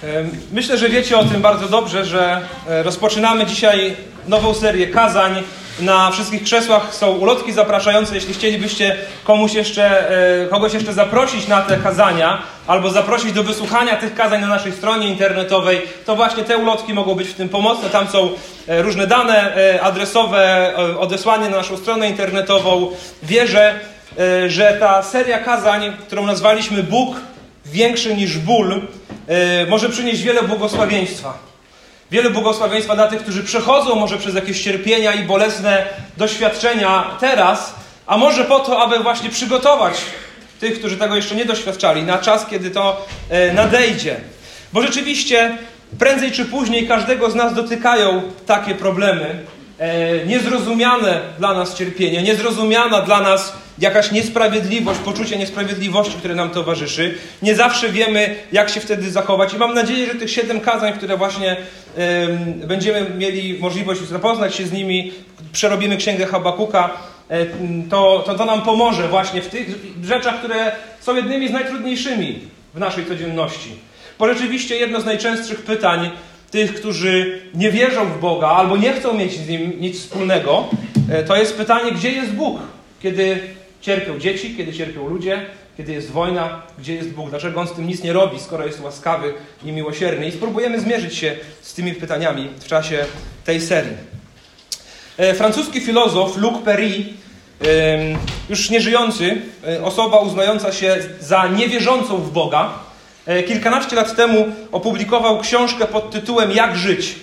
Myślę, że wiecie o tym bardzo dobrze, że rozpoczynamy dzisiaj nową serię kazań. Na wszystkich krzesłach są ulotki zapraszające. Jeśli chcielibyście kogoś jeszcze zaprosić na te kazania albo zaprosić do wysłuchania tych kazań na naszej stronie internetowej, to właśnie te ulotki mogą być w tym pomocne. Tam są różne dane adresowe, odesłanie na naszą stronę internetową. Wierzę, że ta seria kazań, którą nazwaliśmy Bóg większy niż ból, może przynieść wiele błogosławieństwa. Wiele błogosławieństwa dla tych, którzy przechodzą może przez jakieś cierpienia i bolesne doświadczenia teraz, a może po to, aby właśnie przygotować tych, którzy tego jeszcze nie doświadczali, na czas, kiedy to nadejdzie. Bo rzeczywiście prędzej czy później każdego z nas dotykają takie problemy. Niezrozumiane dla nas cierpienie, niezrozumiana dla nas jakaś niesprawiedliwość, poczucie niesprawiedliwości, które nam towarzyszy. Nie zawsze wiemy, jak się wtedy zachować. I mam nadzieję, że tych 7 kazań, które właśnie będziemy mieli możliwość zapoznać się z nimi, przerobimy Księgę Habakuka, to nam pomoże właśnie w tych rzeczach, które są jednymi z najtrudniejszymi w naszej codzienności. Bo rzeczywiście jedno z najczęstszych pytań tych, którzy nie wierzą w Boga albo nie chcą mieć z Nim nic wspólnego, to jest pytanie, gdzie jest Bóg? Kiedy cierpią dzieci, kiedy cierpią ludzie, kiedy jest wojna, gdzie jest Bóg? Dlaczego On z tym nic nie robi, skoro jest łaskawy i miłosierny? I spróbujemy zmierzyć się z tymi pytaniami w czasie tej serii. Francuski filozof Luc Perry, już nieżyjący, osoba uznająca się za niewierzącą w Boga, kilkanaście lat temu opublikował książkę pod tytułem Jak żyć?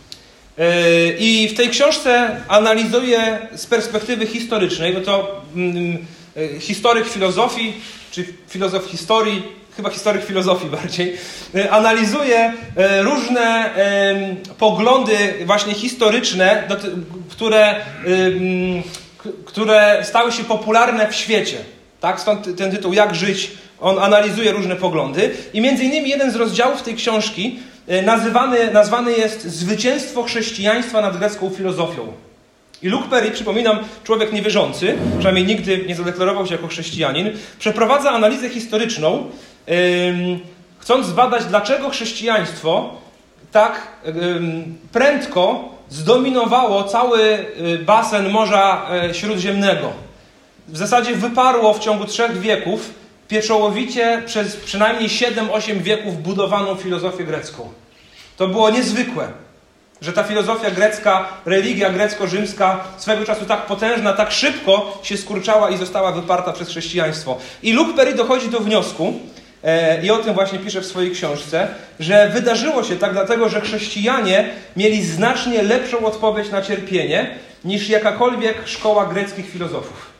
I w tej książce analizuje z perspektywy historycznej, bo to historyk filozofii, czy filozof historii, chyba historyk filozofii bardziej, analizuje różne poglądy właśnie historyczne, które stały się popularne w świecie. Tak? Stąd ten tytuł Jak żyć? On analizuje różne poglądy i między innymi jeden z rozdziałów tej książki nazwany jest Zwycięstwo chrześcijaństwa nad grecką filozofią. I Luc Perry, przypominam, człowiek niewierzący, przynajmniej nigdy nie zadeklarował się jako chrześcijanin, przeprowadza analizę historyczną, chcąc zbadać, dlaczego chrześcijaństwo tak prędko zdominowało cały basen Morza Śródziemnego. W zasadzie wyparło w ciągu 3 wieków pieczołowicie przez przynajmniej 7-8 wieków budowaną filozofię grecką. To było niezwykłe, że ta filozofia grecka, religia grecko-rzymska swego czasu tak potężna, tak szybko się skurczała i została wyparta przez chrześcijaństwo. I Luc Perry dochodzi do wniosku, i o tym właśnie pisze w swojej książce, że wydarzyło się tak dlatego, że chrześcijanie mieli znacznie lepszą odpowiedź na cierpienie niż jakakolwiek szkoła greckich filozofów.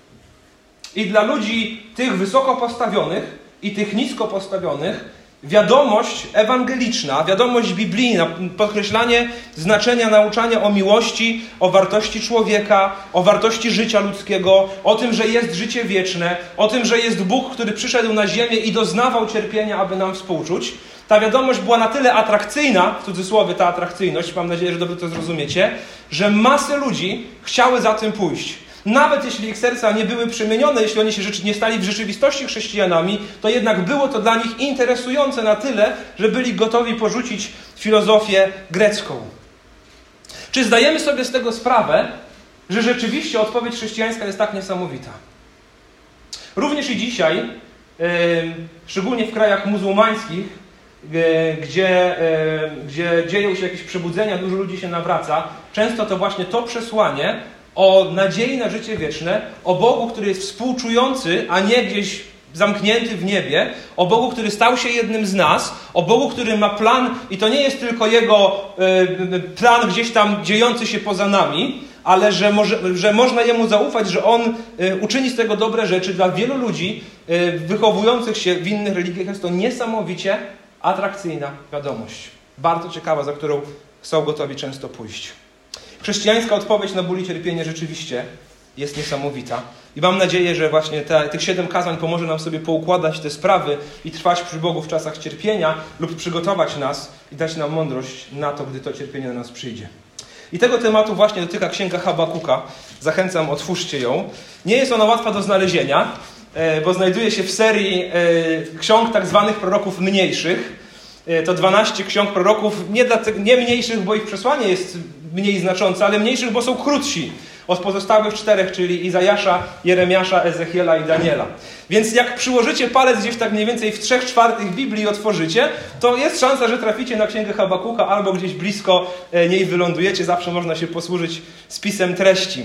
I dla ludzi tych wysoko postawionych i tych nisko postawionych wiadomość ewangeliczna, wiadomość biblijna, podkreślanie znaczenia nauczania o miłości, o wartości człowieka, o wartości życia ludzkiego, o tym, że jest życie wieczne, o tym, że jest Bóg, który przyszedł na ziemię i doznawał cierpienia, aby nam współczuć. Ta wiadomość była na tyle atrakcyjna, w cudzysłowie ta atrakcyjność, mam nadzieję, że dobrze to zrozumiecie, że masy ludzi chciały za tym pójść. Nawet jeśli ich serca nie były przemienione, jeśli oni się nie stali w rzeczywistości chrześcijanami, to jednak było to dla nich interesujące na tyle, że byli gotowi porzucić filozofię grecką. Czy zdajemy sobie z tego sprawę, że rzeczywiście odpowiedź chrześcijańska jest tak niesamowita? Również i dzisiaj, szczególnie w krajach muzułmańskich, gdzie dzieją się jakieś przebudzenia, dużo ludzi się nawraca, często to właśnie to przesłanie o nadziei na życie wieczne, o Bogu, który jest współczujący, a nie gdzieś zamknięty w niebie, o Bogu, który stał się jednym z nas, o Bogu, który ma plan i to nie jest tylko Jego plan gdzieś tam dziejący się poza nami, ale że można Jemu zaufać, że On uczyni z tego dobre rzeczy. Dla wielu ludzi wychowujących się w innych religiach jest to niesamowicie atrakcyjna wiadomość. Bardzo ciekawa, za którą są gotowi często pójść. Chrześcijańska odpowiedź na ból i cierpienie rzeczywiście jest niesamowita. I mam nadzieję, że właśnie tych 7 kazań pomoże nam sobie poukładać te sprawy i trwać przy Bogu w czasach cierpienia lub przygotować nas i dać nam mądrość na to, gdy to cierpienie na nas przyjdzie. I tego tematu właśnie dotyka Księga Habakuka. Zachęcam, otwórzcie ją. Nie jest ona łatwa do znalezienia, bo znajduje się w serii ksiąg tak zwanych proroków mniejszych. to 12 ksiąg proroków, nie mniejszych, bo ich przesłanie jest mniej znaczące, ale mniejszych, bo są krótsi od pozostałych 4, czyli Izajasza, Jeremiasza, Ezechiela i Daniela. Więc jak przyłożycie palec gdzieś tak mniej więcej w 3/4 Biblii otworzycie, to jest szansa, że traficie na księgę Habakuka albo gdzieś blisko niej wylądujecie. Zawsze można się posłużyć spisem treści.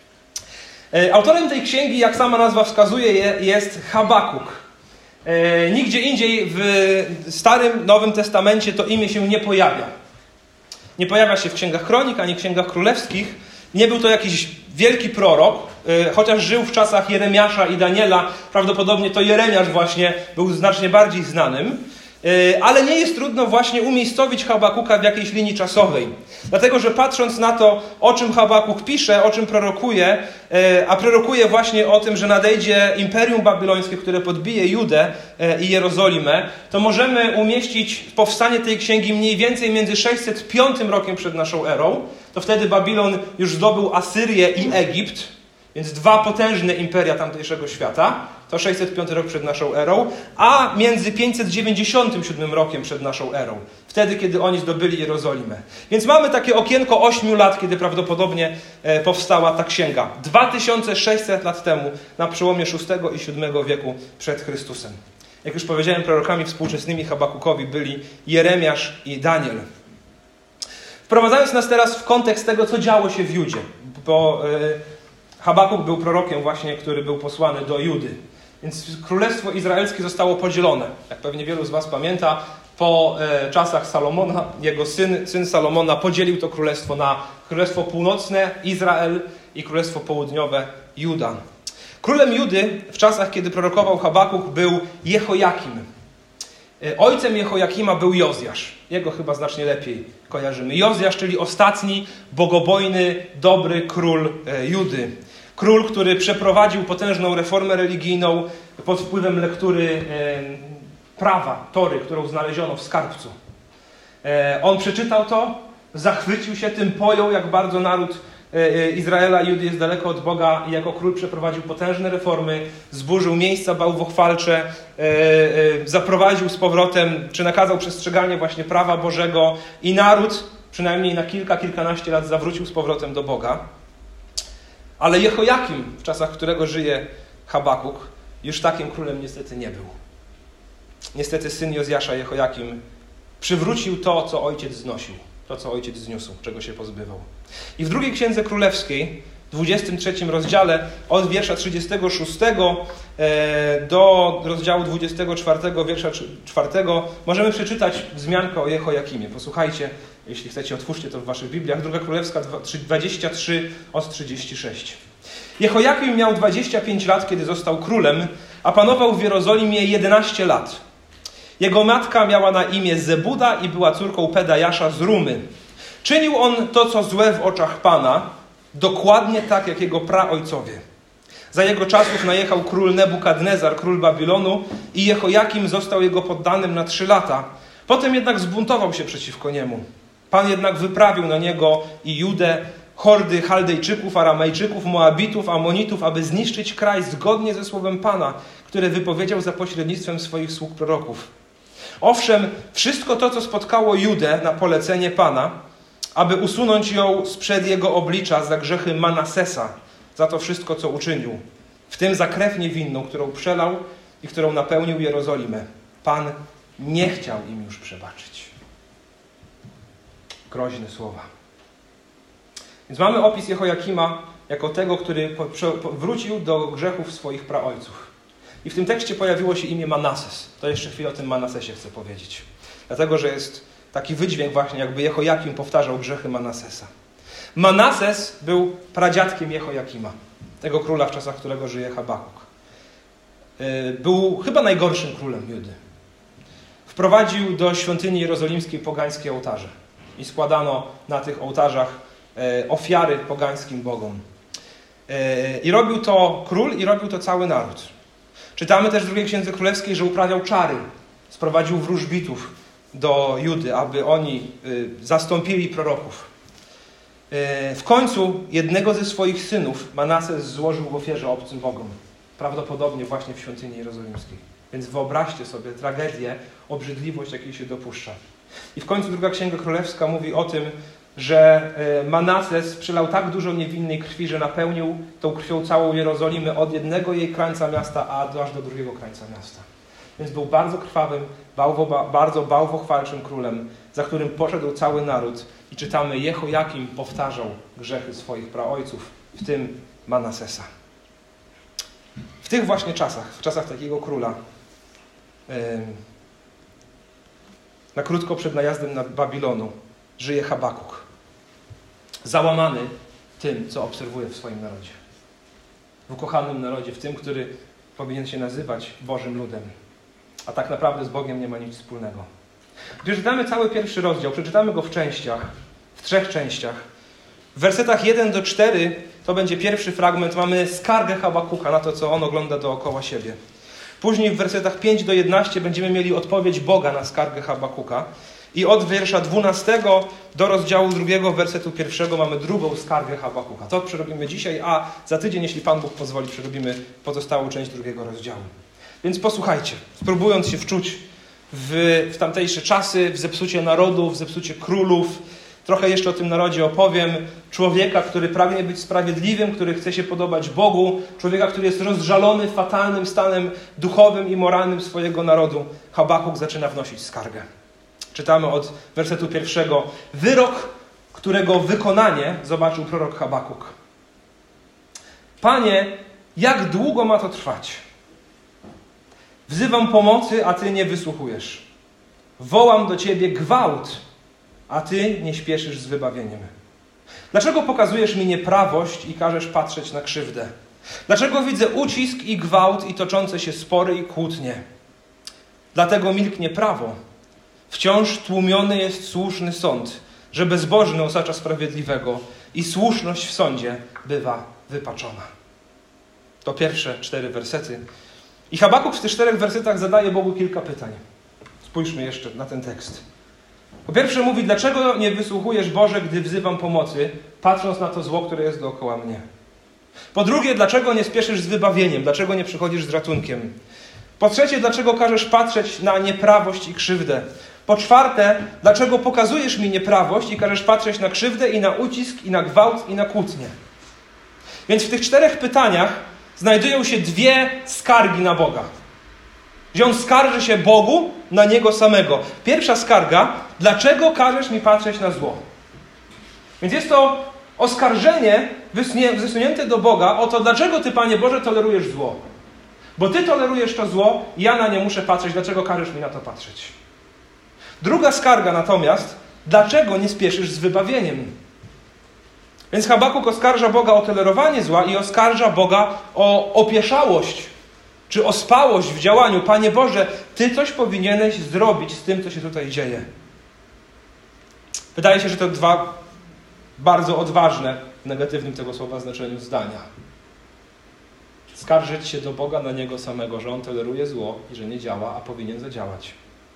Autorem tej księgi, jak sama nazwa wskazuje, jest Habakuk. Nigdzie indziej w Starym, Nowym Testamencie to imię się nie pojawia. Nie pojawia się w księgach Kronik, ani księgach królewskich. Nie był to jakiś wielki prorok, chociaż żył w czasach Jeremiasza i Daniela. Prawdopodobnie to Jeremiasz właśnie był znacznie bardziej znanym. Ale nie jest trudno właśnie umiejscowić Habakuka w jakiejś linii czasowej. Dlatego, że patrząc na to, o czym Habakuk pisze, o czym prorokuje, a prorokuje właśnie o tym, że nadejdzie Imperium Babilońskie, które podbije Judę i Jerozolimę, to możemy umieścić powstanie tej księgi mniej więcej między 605 rokiem przed naszą erą. To wtedy Babilon już zdobył Asyrię i Egipt, więc 2 potężne imperia tamtejszego świata. To 605 rok przed naszą erą, a między 597 rokiem przed naszą erą. Wtedy, kiedy oni zdobyli Jerozolimę. Więc mamy takie okienko 8 lat, kiedy prawdopodobnie powstała ta księga. 2600 lat temu, na przełomie VI i VII wieku przed Chrystusem. Jak już powiedziałem, prorokami współczesnymi Habakukowi byli Jeremiasz i Daniel. Wprowadzając nas teraz w kontekst tego, co działo się w Judzie, bo Habakuk był prorokiem właśnie, który był posłany do Judy. Więc Królestwo Izraelskie zostało podzielone. Jak pewnie wielu z was pamięta, po czasach Salomona, jego syn Salomona podzielił to królestwo na Królestwo Północne, Izrael i Królestwo Południowe, Juda. Królem Judy w czasach, kiedy prorokował Habakuk, był Jehojakim. Ojcem Jehojakima był Jozjasz. Jego chyba znacznie lepiej kojarzymy. Jozjasz, czyli ostatni bogobojny, dobry król Judy. Król, który przeprowadził potężną reformę religijną pod wpływem lektury prawa, Tory, którą znaleziono w skarbcu. On przeczytał to, zachwycił się tym, pojął, jak bardzo naród Izraela i Judy jest daleko od Boga i jako król przeprowadził potężne reformy, zburzył miejsca bałwochwalcze, zaprowadził z powrotem, czy nakazał przestrzeganie właśnie prawa Bożego i naród przynajmniej na kilkanaście lat zawrócił z powrotem do Boga. Ale Jehojakim, w czasach którego żyje Habakuk, już takim królem niestety nie był. Niestety syn Jozjasza, Jehojakim, przywrócił to, co ojciec znosił, to, co ojciec zniósł, czego się pozbywał. I w drugiej Księdze Królewskiej, w 23 rozdziale, od wiersza 36 do rozdziału 24, wiersza 4, możemy przeczytać wzmiankę o Jehojakimie. Posłuchajcie, jeśli chcecie, otwórzcie to w waszych Bibliach. Druga Królewska 23 od 36. Jehojakim miał 25 lat, kiedy został królem, a panował w Jerozolimie 11 lat. Jego matka miała na imię Zebuda i była córką Pedajasza z Rumy. Czynił on to, co złe w oczach Pana, dokładnie tak, jak jego praojcowie. Za jego czasów najechał król Nebukadnezar, król Babilonu, i Jehojakim został jego poddanym na 3 lata. Potem jednak zbuntował się przeciwko niemu. Pan jednak wyprawił na niego i Judę hordy Chaldejczyków, Aramejczyków, Moabitów, Amonitów, aby zniszczyć kraj zgodnie ze słowem Pana, które wypowiedział za pośrednictwem swoich sług proroków. Owszem, wszystko to, co spotkało Judę na polecenie Pana, aby usunąć ją sprzed jego oblicza za grzechy Manasesa, za to wszystko, co uczynił, w tym za krew niewinną, którą przelał i którą napełnił Jerozolimę. Pan nie chciał im już przebaczyć. Groźne słowa. Więc mamy opis Jehojakima jako tego, który wrócił do grzechów swoich praojców. I w tym tekście pojawiło się imię Manases. To jeszcze chwilę o tym Manasesie chcę powiedzieć. Dlatego, że jest taki wydźwięk właśnie, jakby Jehojakim powtarzał grzechy Manasesa. Manases był pradziadkiem Jehojakima, tego króla, w czasach którego żyje Habakuk. Był chyba najgorszym królem Judy. Wprowadził do świątyni jerozolimskiej pogańskie ołtarze i składano na tych ołtarzach ofiary pogańskim bogom. I robił to król i robił to cały naród. Czytamy też w drugiej Księdze Królewskiej, że uprawiał czary. Sprowadził wróżbitów do Judy, aby oni zastąpili proroków. W końcu jednego ze swoich synów Manases złożył w ofierze obcym bogom. Prawdopodobnie właśnie w świątyni jerozolimskiej. Więc wyobraźcie sobie tragedię, obrzydliwość, jakiej się dopuszcza. I w końcu druga Księga Królewska mówi o tym, że Manases przelał tak dużo niewinnej krwi, że napełnił tą krwią całą Jerozolimę od jednego jej krańca miasta, aż do drugiego krańca miasta. Więc był bardzo krwawym, bardzo bałwochwalczym królem, za którym poszedł cały naród. I czytamy, Jehojakim powtarzał grzechy swoich praojców, w tym Manasesa. W tych właśnie czasach, w czasach takiego króla, na krótko przed najazdem na Babilonu, żyje Habakuk. Załamany tym, co obserwuje w swoim narodzie. W ukochanym narodzie, w tym, który powinien się nazywać Bożym ludem. A tak naprawdę z Bogiem nie ma nic wspólnego. Przeczytamy cały pierwszy rozdział, przeczytamy go w częściach, w 3 częściach. W wersetach 1-4 to będzie pierwszy fragment. Mamy skargę Habakuka na to, co on ogląda dookoła siebie. Później w wersetach 5-11 będziemy mieli odpowiedź Boga na skargę Habakuka. I od wiersza 12 do rozdziału 2, wersetu 1 mamy drugą skargę Habakuka. To przerobimy dzisiaj, a za tydzień, jeśli Pan Bóg pozwoli, przerobimy pozostałą część 2 rozdziału. Więc posłuchajcie, spróbując się wczuć w tamtejsze czasy, w zepsucie narodów, w zepsucie królów. Trochę jeszcze o tym narodzie opowiem. Człowieka, który pragnie być sprawiedliwym, który chce się podobać Bogu. Człowieka, który jest rozżalony fatalnym stanem duchowym i moralnym swojego narodu. Habakuk zaczyna wnosić skargę. Czytamy od wersetu 1. Wyrok, którego wykonanie zobaczył prorok Habakuk. Panie, jak długo ma to trwać? Wzywam pomocy, a Ty nie wysłuchujesz. Wołam do Ciebie gwałt, a Ty nie śpieszysz z wybawieniem. Dlaczego pokazujesz mi nieprawość i każesz patrzeć na krzywdę? Dlaczego widzę ucisk i gwałt i toczące się spory i kłótnie? Dlatego milknie prawo. Wciąż tłumiony jest słuszny sąd, że bezbożny osacza sprawiedliwego i słuszność w sądzie bywa wypaczona. To pierwsze 4 wersety. I Habakuk w tych 4 wersetach zadaje Bogu kilka pytań. Spójrzmy jeszcze na ten tekst. Po pierwsze mówi, dlaczego nie wysłuchujesz, Boże, gdy wzywam pomocy, patrząc na to zło, które jest dookoła mnie? Po drugie, dlaczego nie spieszysz z wybawieniem? Dlaczego nie przychodzisz z ratunkiem? Po trzecie, dlaczego każesz patrzeć na nieprawość i krzywdę? Po czwarte, dlaczego pokazujesz mi nieprawość i każesz patrzeć na krzywdę i na ucisk, i na gwałt, i na kłótnię? Więc w tych 4 pytaniach znajdują się 2 skargi na Boga. Gdzie on skarży się Bogu na Niego samego. Pierwsza skarga, dlaczego każesz mi patrzeć na zło? Więc jest to oskarżenie wysunięte do Boga o to, dlaczego Ty, Panie Boże, tolerujesz zło. Bo Ty tolerujesz to zło, ja na nie muszę patrzeć, dlaczego każesz mi na to patrzeć? Druga skarga natomiast, dlaczego nie spieszysz z wybawieniem? Więc Habakuk oskarża Boga o tolerowanie zła i oskarża Boga o opieszałość, czy ospałość w działaniu. Panie Boże, Ty coś powinieneś zrobić z tym, co się tutaj dzieje. Wydaje się, że to 2 bardzo odważne, w negatywnym tego słowa znaczeniu, zdania. Skarżyć się do Boga na Niego samego, że On toleruje zło i że nie działa, a powinien zadziałać.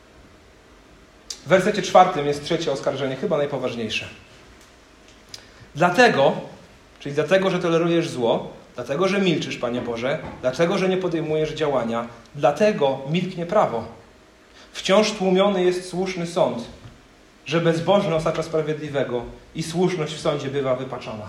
W wersecie 4 jest 3 oskarżenie, chyba najpoważniejsze. Dlatego, że tolerujesz zło, dlatego, że milczysz, Panie Boże, dlatego, że nie podejmujesz działania, dlatego milknie prawo. Wciąż tłumiony jest słuszny sąd, że bezbożny osacza sprawiedliwego i słuszność w sądzie bywa wypaczona.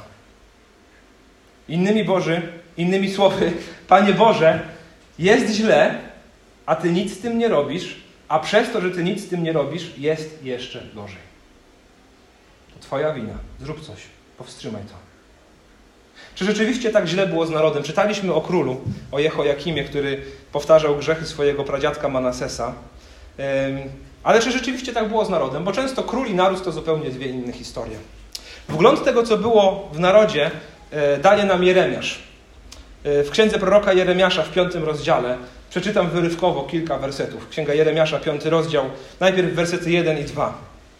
Innymi słowy, Panie Boże, jest źle, a Ty nic z tym nie robisz, a przez to, że Ty nic z tym nie robisz, jest jeszcze gorzej. To Twoja wina. Zrób coś. Powstrzymaj to. Czy rzeczywiście tak źle było z narodem? Czytaliśmy o królu, o Jehojakimie, który powtarzał grzechy swojego pradziadka Manasesa. Ale czy rzeczywiście tak było z narodem? Bo często król i naród to zupełnie 2 inne historie. Wgląd tego, co było w narodzie, daje nam Jeremiasz. W księdze proroka Jeremiasza w 5 rozdziale przeczytam wyrywkowo kilka wersetów. Księga Jeremiasza, 5 rozdział, najpierw wersety 1 i 2.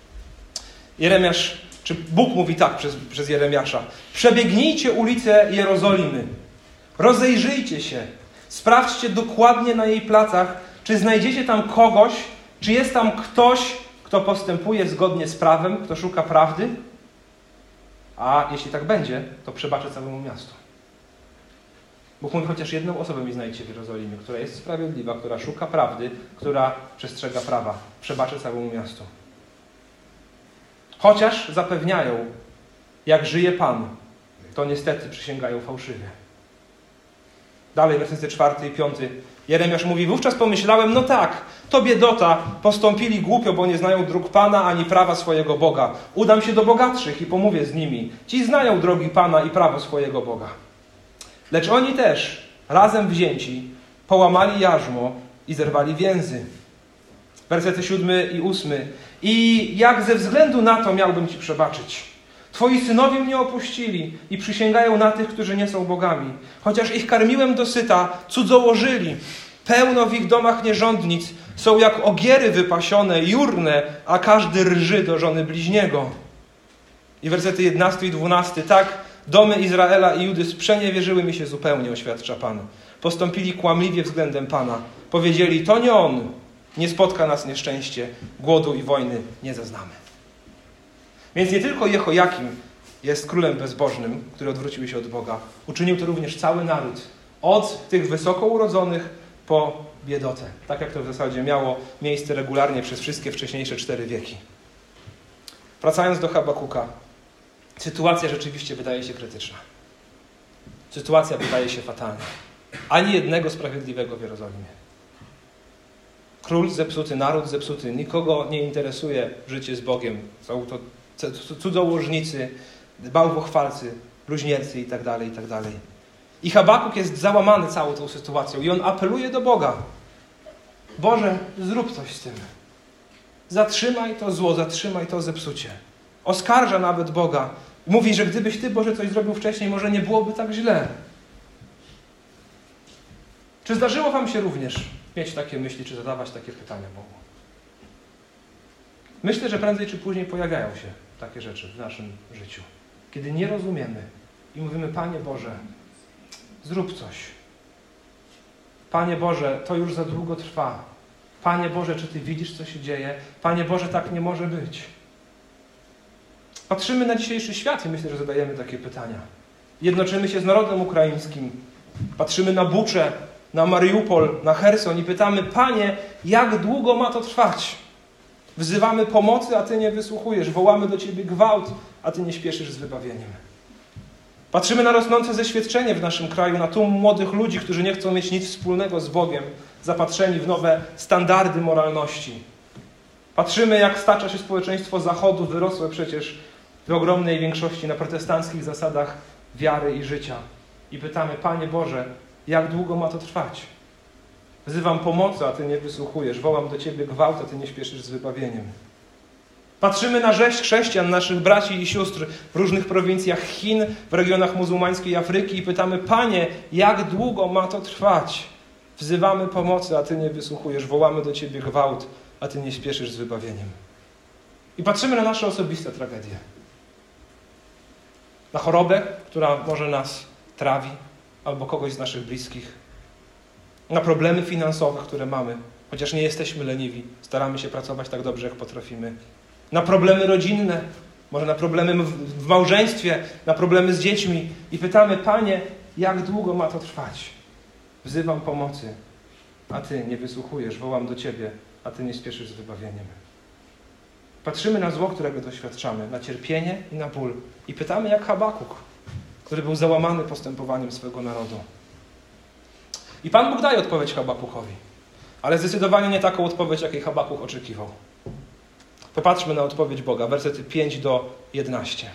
Bóg mówi tak przez Jeremiasza. Przebiegnijcie ulice Jerozolimy. Rozejrzyjcie się. Sprawdźcie dokładnie na jej placach, czy znajdziecie tam kogoś, czy jest tam ktoś, kto postępuje zgodnie z prawem, kto szuka prawdy. A jeśli tak będzie, to przebaczę całemu miastu. Bóg mówi, chociaż jedną osobę mi znajdźcie w Jerozolimie, która jest sprawiedliwa, która szuka prawdy, która przestrzega prawa. Przebaczę całemu miastu. Chociaż zapewniają, jak żyje Pan, to niestety przysięgają fałszywie. Dalej, wersety 4 i 5. Jeremiasz mówi, wówczas pomyślałem, no tak, to biedota, postąpili głupio, bo nie znają dróg Pana ani prawa swojego Boga. Udam się do bogatszych i pomówię z nimi. Ci znają drogi Pana i prawo swojego Boga. Lecz oni też, razem wzięci, połamali jarzmo i zerwali więzy. Wersety 7 i 8. I jak ze względu na to miałbym Ci przebaczyć? Twoi synowie mnie opuścili i przysięgają na tych, którzy nie są bogami. Chociaż ich karmiłem dosyta, cudzołożyli. Pełno w ich domach nierządnic. Są jak ogiery wypasione, jurne, a każdy rży do żony bliźniego. I wersety 11 i 12. Tak, domy Izraela i Judy sprzeniewierzyły mi się zupełnie, oświadcza Pan. Postąpili kłamliwie względem Pana. Powiedzieli, to nie On. Nie spotka nas nieszczęście. Głodu i wojny nie zaznamy. Więc nie tylko Jehojakim jest królem bezbożnym, który odwrócił się od Boga. Uczynił to również cały naród. Od tych wysoko urodzonych po biedotę. Tak jak to w zasadzie miało miejsce regularnie przez wszystkie wcześniejsze 4 wieki. Wracając do Habakuka. Sytuacja rzeczywiście wydaje się krytyczna. Sytuacja wydaje się fatalna. Ani jednego sprawiedliwego w Jerozolimie. Król zepsuty, naród zepsuty. Nikogo nie interesuje życie z Bogiem. Są to cudzołożnicy, bałwochwalcy, bluźniercy itd., itd. I Habakuk jest załamany całą tą sytuacją i on apeluje do Boga. Boże, zrób coś z tym. Zatrzymaj to zło, zatrzymaj to zepsucie. Oskarża nawet Boga. Mówi, że gdybyś Ty, Boże, coś zrobił wcześniej, może nie byłoby tak źle. Czy zdarzyło Wam się również mieć takie myśli, czy zadawać takie pytania Bogu? Myślę, że prędzej czy później pojawiają się takie rzeczy w naszym życiu. Kiedy nie rozumiemy i mówimy, Panie Boże, zrób coś. Panie Boże, to już za długo trwa. Panie Boże, czy Ty widzisz, co się dzieje? Panie Boże, tak nie może być. Patrzymy na dzisiejszy świat i myślę, że zadajemy takie pytania. Jednoczymy się z narodem ukraińskim. Patrzymy na Buczę, na Mariupol, na Cherson i pytamy, Panie, jak długo ma to trwać? Wzywamy pomocy, a Ty nie wysłuchujesz. Wołamy do Ciebie gwałt, a Ty nie śpieszysz z wybawieniem. Patrzymy na rosnące zeświadczenie w naszym kraju, na tłum młodych ludzi, którzy nie chcą mieć nic wspólnego z Bogiem, zapatrzeni w nowe standardy moralności. Patrzymy, jak stacza się społeczeństwo Zachodu, wyrosłe przecież w ogromnej większości na protestanckich zasadach wiary i życia. I pytamy, Panie Boże, jak długo ma to trwać? Wzywam pomocy, a Ty nie wysłuchujesz. Wołam do Ciebie gwałt, a Ty nie śpieszysz z wybawieniem. Patrzymy na rzeź chrześcijan, naszych braci i sióstr w różnych prowincjach Chin, w regionach muzułmańskiej Afryki i pytamy, Panie, jak długo ma to trwać? Wzywamy pomocy, a Ty nie wysłuchujesz. Wołamy do Ciebie gwałt, a Ty nie śpieszysz z wybawieniem. I patrzymy na nasze osobiste tragedie. Na chorobę, która może nas trawi, albo kogoś z naszych bliskich. Na problemy finansowe, które mamy, chociaż nie jesteśmy leniwi. Staramy się pracować tak dobrze, jak potrafimy. Na problemy rodzinne, może na problemy w małżeństwie, na problemy z dziećmi. I pytamy, Panie, jak długo ma to trwać? Wzywam pomocy, a Ty nie wysłuchujesz. Wołam do Ciebie, a Ty nie spieszysz z wybawieniem. Patrzymy na zło, którego doświadczamy, na cierpienie i na ból. I pytamy jak Habakuk, który był załamany postępowaniem swego narodu. I Pan Bóg daje odpowiedź Habakukowi. Ale zdecydowanie nie taką odpowiedź, jakiej Habakuk oczekiwał. Popatrzmy na odpowiedź Boga. Wersety 5 do 11.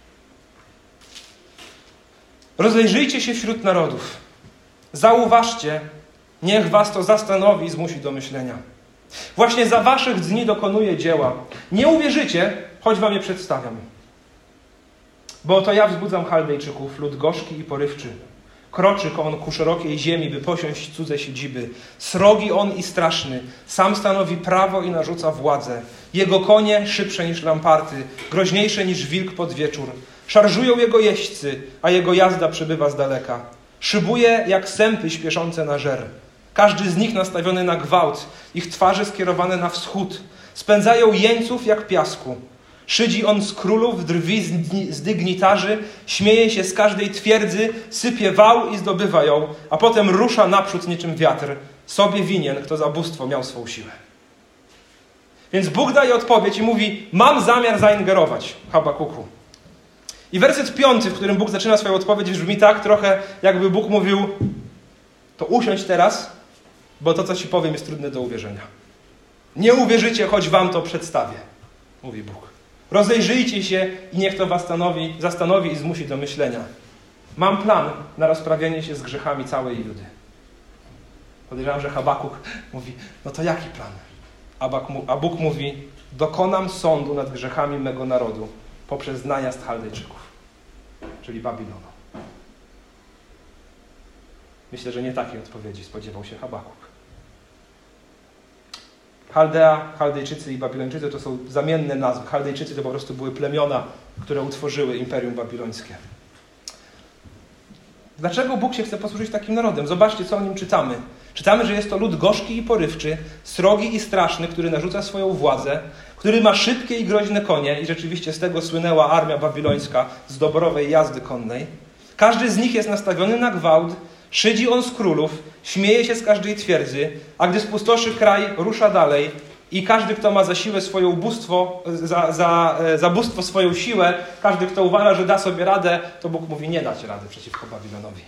Rozejrzyjcie się wśród narodów. Zauważcie, niech was to zastanowi i zmusi do myślenia. Właśnie za waszych dni dokonuję dzieła. Nie uwierzycie, choć wam je przedstawiam. Bo oto ja wzbudzam Chaldejczyków, lud gorzki i porywczy. Kroczy on ku szerokiej ziemi, by posiąść cudze siedziby. Srogi on i straszny, sam stanowi prawo i narzuca władzę. Jego konie szybsze niż lamparty, groźniejsze niż wilk pod wieczór. Szarżują jego jeźdźcy, a jego jazda przebywa z daleka. Szybuje jak sępy śpieszące na żer. Każdy z nich nastawiony na gwałt, ich twarze skierowane na wschód. Spędzają jeńców jak piasku. Szydzi on z królów, drwi z dygnitarzy, śmieje się z każdej twierdzy, sypie wał i zdobywa ją, a potem rusza naprzód niczym wiatr. Sobie winien, kto za bóstwo miał swą siłę. Więc Bóg daje odpowiedź i mówi, mam zamiar zaingerować, Habakuku. I werset 5, w którym Bóg zaczyna swoją odpowiedź, brzmi tak trochę, jakby Bóg mówił, to usiądź teraz, bo to, co ci powiem, jest trudne do uwierzenia. Nie uwierzycie, choć wam to przedstawię, mówi Bóg. Rozejrzyjcie się i niech to was zastanowi i zmusi do myślenia. Mam plan na rozprawienie się z grzechami całej Judy. Podejrzewam, że Habakuk mówi, no to jaki plan? A Bóg mówi, dokonam sądu nad grzechami mego narodu poprzez najazd Chaldejczyków, czyli Babilonu. Myślę, że nie takiej odpowiedzi spodziewał się Habakuk. Chaldea, Chaldejczycy i Babilończycy to są zamienne nazwy. Chaldejczycy to po prostu były plemiona, które utworzyły Imperium Babilońskie. Dlaczego Bóg się chce posłużyć takim narodem? Zobaczcie, co o nim czytamy. Czytamy, że jest to lud gorzki i porywczy, srogi i straszny, który narzuca swoją władzę, który ma szybkie i groźne konie i rzeczywiście z tego słynęła armia babilońska z dobrowej jazdy konnej. Każdy z nich jest nastawiony na gwałt, szydzi on z królów, śmieje się z każdej twierdzy, a gdy spustoszy kraj, rusza dalej i każdy, kto ma za siłę swoje ubóstwo, za bóstwo swoją siłę, każdy, kto uważa, że da sobie radę, to Bóg mówi, nie dać rady przeciwko Babilonowi.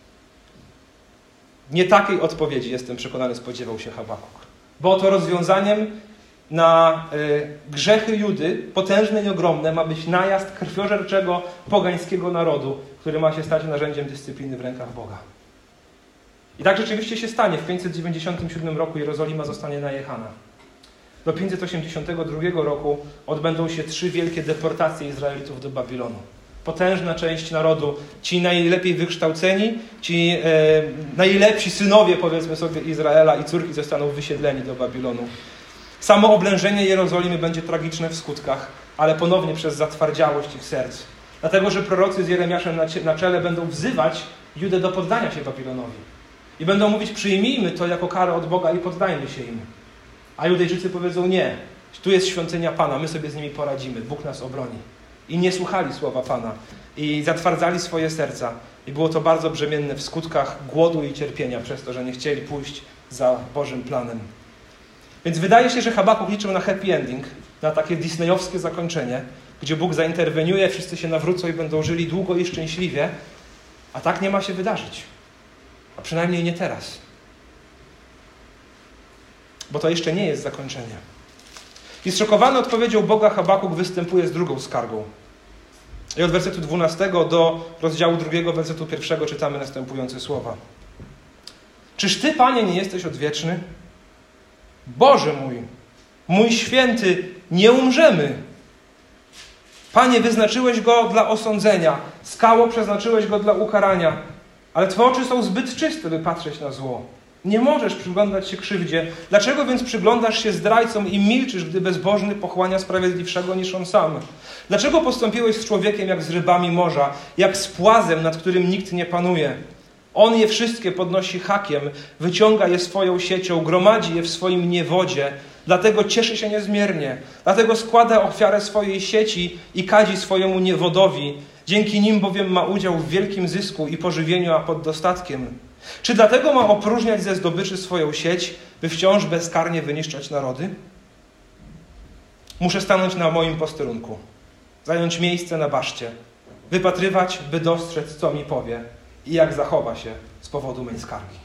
Nie takiej odpowiedzi, jestem przekonany, spodziewał się Habakuk. Bo oto rozwiązaniem na grzechy Judy, potężne i ogromne, ma być najazd krwiożerczego, pogańskiego narodu, który ma się stać narzędziem dyscypliny w rękach Boga. I tak rzeczywiście się stanie. W 597 roku Jerozolima zostanie najechana. Do 582 roku odbędą się 3 wielkie deportacje Izraelitów do Babilonu. Potężna część narodu, ci najlepiej wykształceni, ci najlepsi synowie, powiedzmy sobie, Izraela i córki zostaną wysiedleni do Babilonu. Samo oblężenie Jerozolimy będzie tragiczne w skutkach, ale ponownie przez zatwardziałość ich serc. Dlatego, że prorocy z Jeremiaszem na czele będą wzywać Judę do poddania się Babilonowi. I będą mówić, przyjmijmy to jako karę od Boga i poddajmy się im. A Judejczycy powiedzą, nie, tu jest świątynia Pana, my sobie z nimi poradzimy, Bóg nas obroni. I nie słuchali słowa Pana. I zatwardzali swoje serca. I było to bardzo brzemienne w skutkach głodu i cierpienia przez to, że nie chcieli pójść za Bożym planem. Więc wydaje się, że Habakuk liczył na happy ending, na takie disneyowskie zakończenie, gdzie Bóg zainterweniuje, wszyscy się nawrócą i będą żyli długo i szczęśliwie, a tak nie ma się wydarzyć. A przynajmniej nie teraz. Bo to jeszcze nie jest zakończenie. I zszokowany odpowiedzią Boga Habakuk występuje z drugą skargą. I od wersetu 12 do rozdziału 2, wersetu 1 czytamy następujące słowa. Czyż Ty, Panie, nie jesteś odwieczny? Boże mój święty, nie umrzemy. Panie, wyznaczyłeś go dla osądzenia, skało przeznaczyłeś go dla ukarania, ale Twoje oczy są zbyt czyste, by patrzeć na zło. Nie możesz przyglądać się krzywdzie. Dlaczego więc przyglądasz się zdrajcom i milczysz, gdy bezbożny pochłania sprawiedliwszego niż on sam? Dlaczego postąpiłeś z człowiekiem jak z rybami morza, jak z płazem, nad którym nikt nie panuje? On je wszystkie podnosi hakiem, wyciąga je swoją siecią, gromadzi je w swoim niewodzie, dlatego cieszy się niezmiernie, dlatego składa ofiarę swojej sieci i kadzi swojemu niewodowi, dzięki nim bowiem ma udział w wielkim zysku i pożywieniu, a pod dostatkiem. Czy dlatego ma opróżniać ze zdobyczy swoją sieć, by wciąż bezkarnie wyniszczać narody? Muszę stanąć na moim posterunku, zająć miejsce na baszcie, wypatrywać, by dostrzec, co mi powie i jak zachowa się z powodu mej skargi.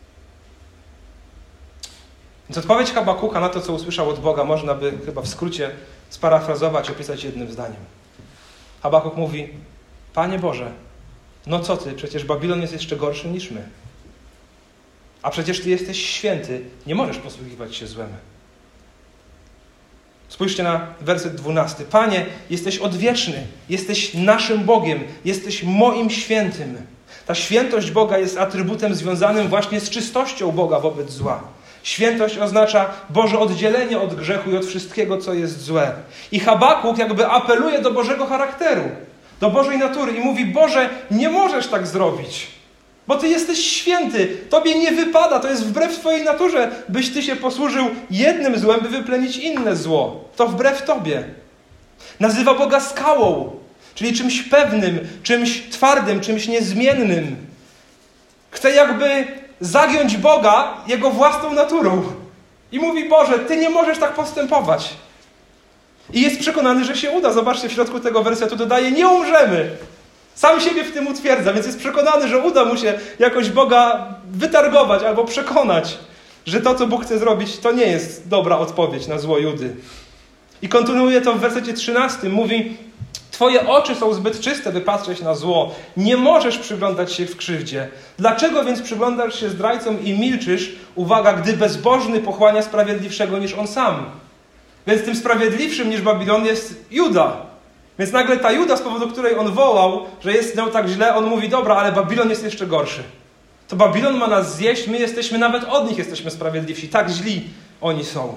Więc odpowiedź Habakuka na to, co usłyszał od Boga, można by chyba w skrócie sparafrazować, opisać jednym zdaniem. Habakuk mówi, Panie Boże, no co Ty, przecież Babilon jest jeszcze gorszy niż my. A przecież Ty jesteś święty, nie możesz posługiwać się złem. Spójrzcie na werset 12. Panie, jesteś odwieczny, jesteś naszym Bogiem, jesteś moim świętym. Ta świętość Boga jest atrybutem związanym właśnie z czystością Boga wobec zła. Świętość oznacza Boże oddzielenie od grzechu i od wszystkiego, co jest złe. I Habakuk jakby apeluje do Bożego charakteru, do Bożej natury i mówi, Boże, nie możesz tak zrobić, bo Ty jesteś święty, Tobie nie wypada, to jest wbrew Twojej naturze, byś Ty się posłużył jednym złem, by wyplenić inne zło. To wbrew Tobie. Nazywa Boga skałą, czyli czymś pewnym, czymś twardym, czymś niezmiennym. Chce jakby zagiąć Boga Jego własną naturą. I mówi: Boże, Ty nie możesz tak postępować. I jest przekonany, że się uda. Zobaczcie, w środku tego wersetu dodaje: nie umrzemy. Sam siebie w tym utwierdza, więc jest przekonany, że uda mu się jakoś Boga wytargować albo przekonać, że to, co Bóg chce zrobić, to nie jest dobra odpowiedź na zło Judy. I kontynuuje to w wersecie 13. Mówi: Twoje oczy są zbyt czyste, by patrzeć na zło. Nie możesz przyglądać się w krzywdzie. Dlaczego więc przyglądasz się zdrajcom i milczysz, uwaga, gdy bezbożny pochłania sprawiedliwszego niż on sam? Więc tym sprawiedliwszym niż Babilon jest Juda. Więc nagle ta Juda, z powodu której on wołał, że jest nią tak źle, on mówi: dobra, ale Babilon jest jeszcze gorszy. To Babilon ma nas zjeść, my jesteśmy, nawet od nich jesteśmy sprawiedliwsi. Tak źli oni są.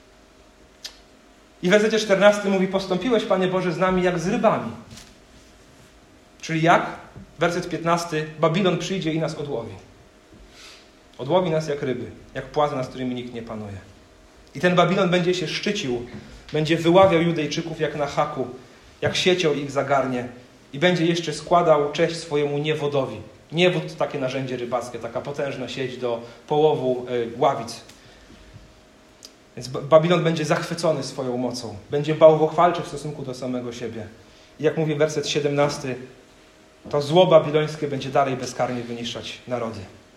I w wersecie 14 mówi: postąpiłeś, Panie Boże, z nami jak z rybami. Czyli jak? Werset 15. Babilon przyjdzie i nas odłowi. Odłowi nas jak ryby, jak płazy, nad którymi nikt nie panuje. I ten Babilon będzie się szczycił, będzie wyławiał Judejczyków jak na haku, jak siecią ich zagarnie i będzie jeszcze składał cześć swojemu niewodowi. Niewód to takie narzędzie rybackie, taka potężna sieć do połowu ławic. Więc Babilon będzie zachwycony swoją mocą. Będzie bałwochwalczy w stosunku do samego siebie. I jak mówi werset 17, to zło babilońskie będzie dalej bezkarnie wyniszczać narody.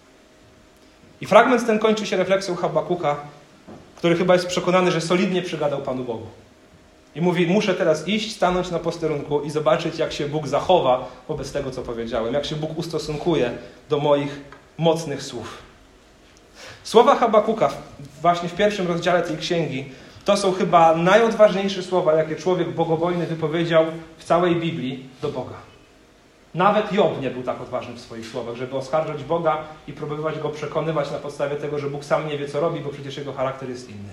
I fragment ten kończy się refleksją Habakuka, który chyba jest przekonany, że solidnie przygadał Panu Bogu. I mówi: muszę teraz iść, stanąć na posterunku i zobaczyć, jak się Bóg zachowa wobec tego, co powiedziałem. Jak się Bóg ustosunkuje do moich mocnych słów. Słowa Habakuka właśnie w pierwszym rozdziale tej księgi to są chyba najodważniejsze słowa, jakie człowiek bogobojny wypowiedział w całej Biblii do Boga. Nawet Job nie był tak odważny w swoich słowach, żeby oskarżać Boga i próbować Go przekonywać na podstawie tego, że Bóg sam nie wie, co robi, bo przecież Jego charakter jest inny.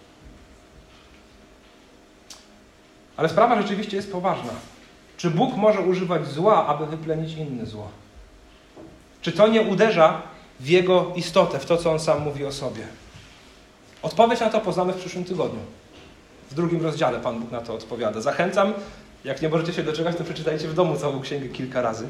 Ale sprawa rzeczywiście jest poważna. Czy Bóg może używać zła, aby wyplenić inne zło? Czy to nie uderza w Jego istotę, w to, co On sam mówi o sobie? Odpowiedź na to poznamy w przyszłym tygodniu. W 2 rozdziale Pan Bóg na to odpowiada. Zachęcam, jak nie możecie się doczekać, to przeczytajcie w domu całą księgę kilka razy.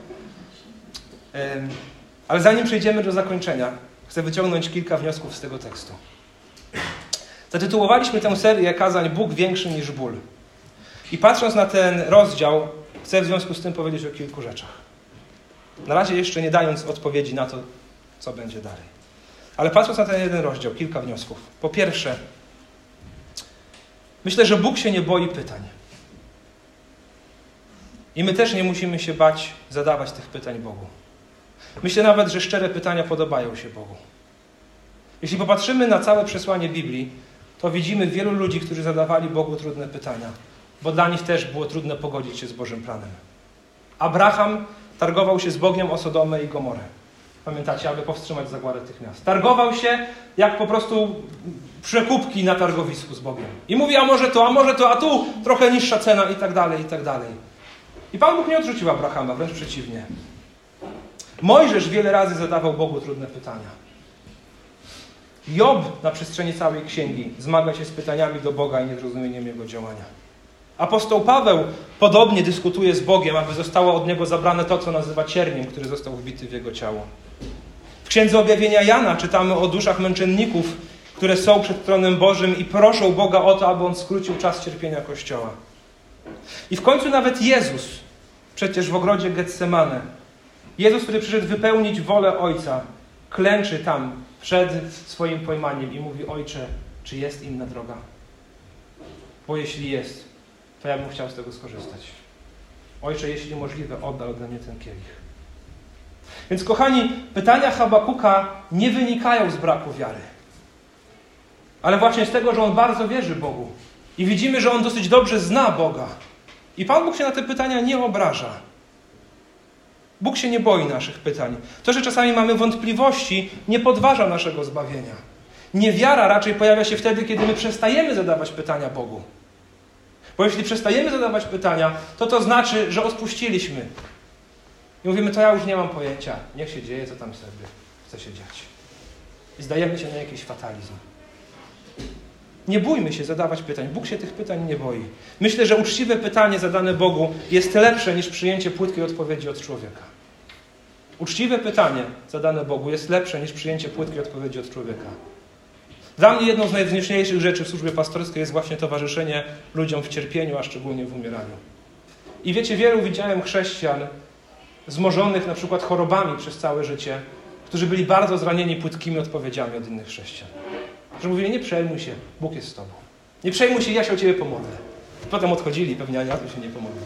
Ale zanim przejdziemy do zakończenia, chcę wyciągnąć kilka wniosków z tego tekstu. Zatytułowaliśmy tę serię kazań Bóg większy niż ból. I patrząc na ten rozdział, chcę w związku z tym powiedzieć o kilku rzeczach. Na razie jeszcze nie dając odpowiedzi na to, co będzie dalej. Ale patrząc na ten jeden rozdział, kilka wniosków. Po pierwsze, myślę, że Bóg się nie boi pytań. I my też nie musimy się bać zadawać tych pytań Bogu. Myślę nawet, że szczere pytania podobają się Bogu. Jeśli popatrzymy na całe przesłanie Biblii, to widzimy wielu ludzi, którzy zadawali Bogu trudne pytania, bo dla nich też było trudno pogodzić się z Bożym planem. Abraham targował się z Bogiem o Sodomę i Gomorę. Pamiętacie, aby powstrzymać zagładę tych miast. Targował się jak po prostu przekupki na targowisku z Bogiem. I mówi: a może to, a tu trochę niższa cena i tak dalej, i tak dalej. I Pan Bóg nie odrzucił Abrahama, wręcz przeciwnie. Mojżesz wiele razy zadawał Bogu trudne pytania. Job na przestrzeni całej księgi zmaga się z pytaniami do Boga i niezrozumieniem Jego działania. Apostoł Paweł podobnie dyskutuje z Bogiem, aby zostało od Niego zabrane to, co nazywa cierniem, który został wbity w Jego ciało. W Księdze Objawienia Jana czytamy o duszach męczenników, które są przed tronem Bożym i proszą Boga o to, aby On skrócił czas cierpienia Kościoła. I w końcu nawet Jezus, przecież w ogrodzie Getsemane, Jezus, który przyszedł wypełnić wolę Ojca, klęczy tam przed swoim pojmaniem i mówi: Ojcze, czy jest inna droga? Bo jeśli jest, to ja bym chciał z tego skorzystać. Ojcze, jeśli możliwe, oddal ode mnie ten kielich. Więc kochani, pytania Habakuka nie wynikają z braku wiary. Ale właśnie z tego, że on bardzo wierzy Bogu. I widzimy, że on dosyć dobrze zna Boga. I Pan Bóg się na te pytania nie obraża. Bóg się nie boi naszych pytań. To, że czasami mamy wątpliwości, nie podważa naszego zbawienia. Niewiara raczej pojawia się wtedy, kiedy my przestajemy zadawać pytania Bogu. Bo jeśli przestajemy zadawać pytania, to znaczy, że odpuściliśmy. I mówimy: to ja już nie mam pojęcia. Niech się dzieje, co tam sobie chce się dziać. I zdajemy się na jakiś fatalizm. Nie bójmy się zadawać pytań. Bóg się tych pytań nie boi. Myślę, że uczciwe pytanie zadane Bogu jest lepsze niż przyjęcie płytkiej odpowiedzi od człowieka. Uczciwe pytanie zadane Bogu jest lepsze niż przyjęcie płytkiej odpowiedzi od człowieka. Dla mnie jedną z najważniejszych rzeczy w służbie pastorskiej jest właśnie towarzyszenie ludziom w cierpieniu, a szczególnie w umieraniu. I wiecie, wielu widziałem chrześcijan zmożonych na przykład chorobami przez całe życie, którzy byli bardzo zranieni płytkimi odpowiedziami od innych chrześcijan. Że mówili, nie przejmuj się, Bóg jest z tobą. Nie przejmuj się, ja się o ciebie pomodlę. Potem odchodzili, pewnie ani razu się nie pomodlili.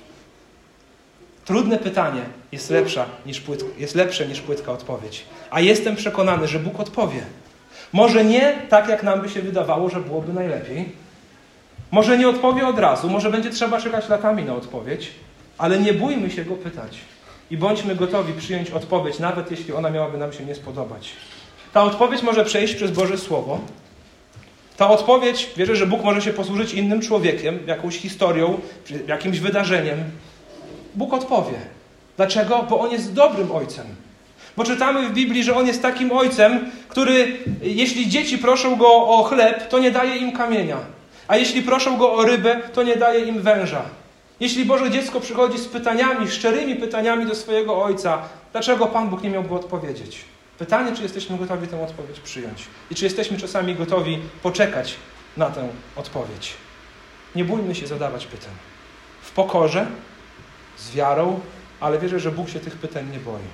Trudne pytanie jest lepsze niż płytka odpowiedź. A jestem przekonany, że Bóg odpowie. Może nie tak, jak nam by się wydawało, że byłoby najlepiej. Może nie odpowie od razu, może będzie trzeba czekać latami na odpowiedź, ale nie bójmy się Go pytać. I bądźmy gotowi przyjąć odpowiedź, nawet jeśli ona miałaby nam się nie spodobać. Ta odpowiedź może przejść przez Boże Słowo. Ta odpowiedź, wierzę, że Bóg może się posłużyć innym człowiekiem, jakąś historią, jakimś wydarzeniem. Bóg odpowie. Dlaczego? Bo On jest dobrym Ojcem. Bo czytamy w Biblii, że On jest takim Ojcem, który, jeśli dzieci proszą Go o chleb, to nie daje im kamienia. A jeśli proszą Go o rybę, to nie daje im węża. Jeśli Boże dziecko przychodzi z pytaniami, szczerymi pytaniami do swojego Ojca, dlaczego Pan Bóg nie miałby odpowiedzieć? Pytanie, czy jesteśmy gotowi tę odpowiedź przyjąć. I czy jesteśmy czasami gotowi poczekać na tę odpowiedź. Nie bójmy się zadawać pytań. W pokorze, z wiarą, ale wierzę, że Bóg się tych pytań nie boi.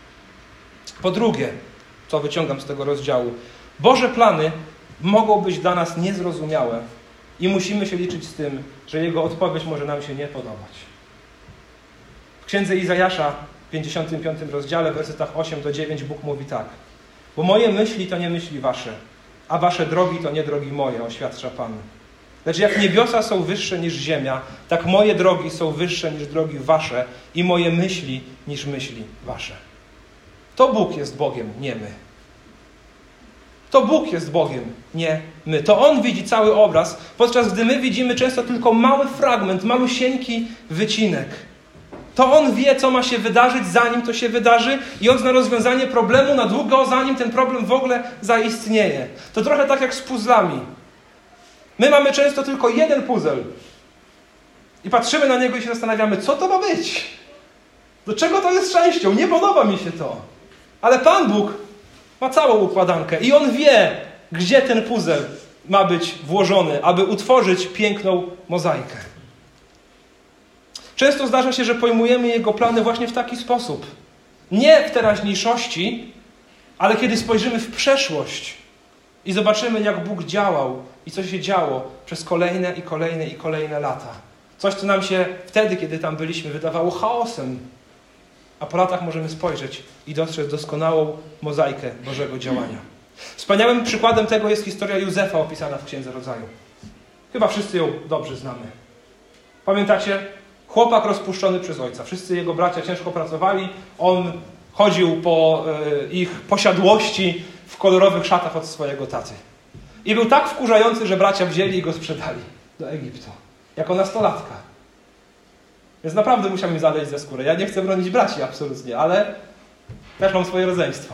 Po drugie, co wyciągam z tego rozdziału, Boże plany mogą być dla nas niezrozumiałe i musimy się liczyć z tym, że Jego odpowiedź może nam się nie podobać. W Księdze Izajasza, w 55 rozdziale, w wersetach 8-9 Bóg mówi tak. Bo moje myśli to nie myśli wasze, a wasze drogi to nie drogi moje, oświadcza Pan. Lecz jak niebiosa są wyższe niż ziemia, tak moje drogi są wyższe niż drogi wasze i moje myśli niż myśli wasze. To Bóg jest Bogiem, nie my. To Bóg jest Bogiem, nie my. To On widzi cały obraz, podczas gdy my widzimy często tylko mały fragment, malusieńki wycinek. To On wie, co ma się wydarzyć, zanim to się wydarzy i On zna rozwiązanie problemu na długo, zanim ten problem w ogóle zaistnieje. To trochę tak jak z puzzlami. My mamy często tylko jeden puzzle i patrzymy na niego i się zastanawiamy, co to ma być? Do czego to jest częścią? Nie podoba mi się to. Ale Pan Bóg ma całą układankę i On wie, gdzie ten puzzle ma być włożony, aby utworzyć piękną mozaikę. Często zdarza się, że pojmujemy Jego plany właśnie w taki sposób. Nie w teraźniejszości, ale kiedy spojrzymy w przeszłość i zobaczymy, jak Bóg działał i co się działo przez kolejne i kolejne i kolejne lata. Coś, co nam się wtedy, kiedy tam byliśmy, wydawało chaosem. A po latach możemy spojrzeć i dostrzec doskonałą mozaikę Bożego działania. Wspaniałym przykładem tego jest historia Józefa opisana w Księdze Rodzaju. Chyba wszyscy ją dobrze znamy. Pamiętacie? Chłopak rozpuszczony przez ojca. Wszyscy jego bracia ciężko pracowali. On chodził po ich posiadłości w kolorowych szatach od swojego taty. I był tak wkurzający, że bracia wzięli i go sprzedali do Egiptu. Jako nastolatka. Więc naprawdę musiałem mi zadać ze skórę. Ja nie chcę bronić braci absolutnie, ale też mam swoje rodzeństwo.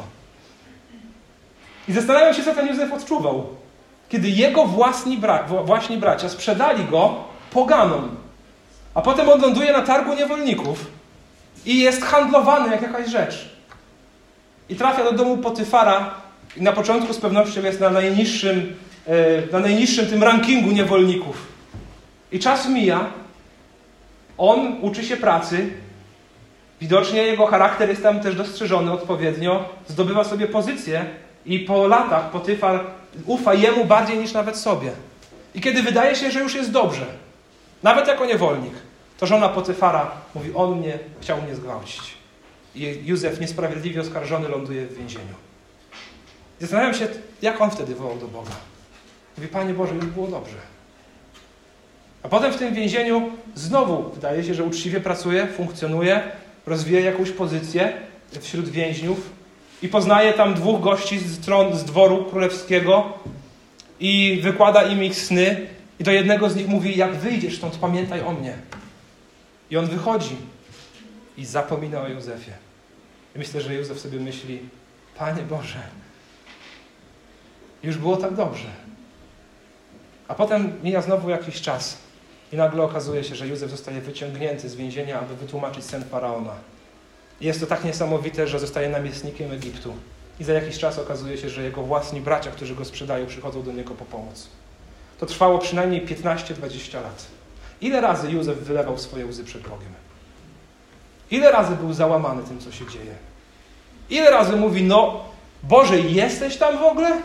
I zastanawiam się, co ten Józef odczuwał. Kiedy jego właśnie bracia sprzedali go poganom. A potem on ląduje na targu niewolników i jest handlowany jak jakaś rzecz. I trafia do domu Potyfara i na początku z pewnością jest na najniższym tym rankingu niewolników. I czas mija. On uczy się pracy. Widocznie jego charakter jest tam też dostrzeżony odpowiednio. Zdobywa sobie pozycję i po latach Potyfar ufa jemu bardziej niż nawet sobie. I kiedy wydaje się, że już jest dobrze, nawet jako niewolnik, to żona Potyfara mówi, on chciał mnie zgwałcić. I Józef niesprawiedliwie oskarżony ląduje w więzieniu. Zastanawiam się, jak on wtedy wołał do Boga. Mówi, Panie Boże, już było dobrze. A potem w tym więzieniu znowu wydaje się, że uczciwie pracuje, funkcjonuje, rozwija jakąś pozycję wśród więźniów i poznaje tam dwóch gości z dworu królewskiego i wykłada im ich sny i do jednego z nich mówi, jak wyjdziesz stąd, pamiętaj o mnie. I on wychodzi i zapomina o Józefie. I myślę, że Józef sobie myśli, Panie Boże, już było tak dobrze. A potem mija znowu jakiś czas i nagle okazuje się, że Józef zostaje wyciągnięty z więzienia, aby wytłumaczyć sen Faraona. I jest to tak niesamowite, że zostaje namiestnikiem Egiptu. I za jakiś czas okazuje się, że jego własni bracia, którzy go sprzedają, przychodzą do niego po pomoc. To trwało przynajmniej 15-20 lat. Ile razy Józef wylewał swoje łzy przed Bogiem? Ile razy był załamany tym, co się dzieje? Ile razy mówi, no Boże, jesteś tam w ogóle?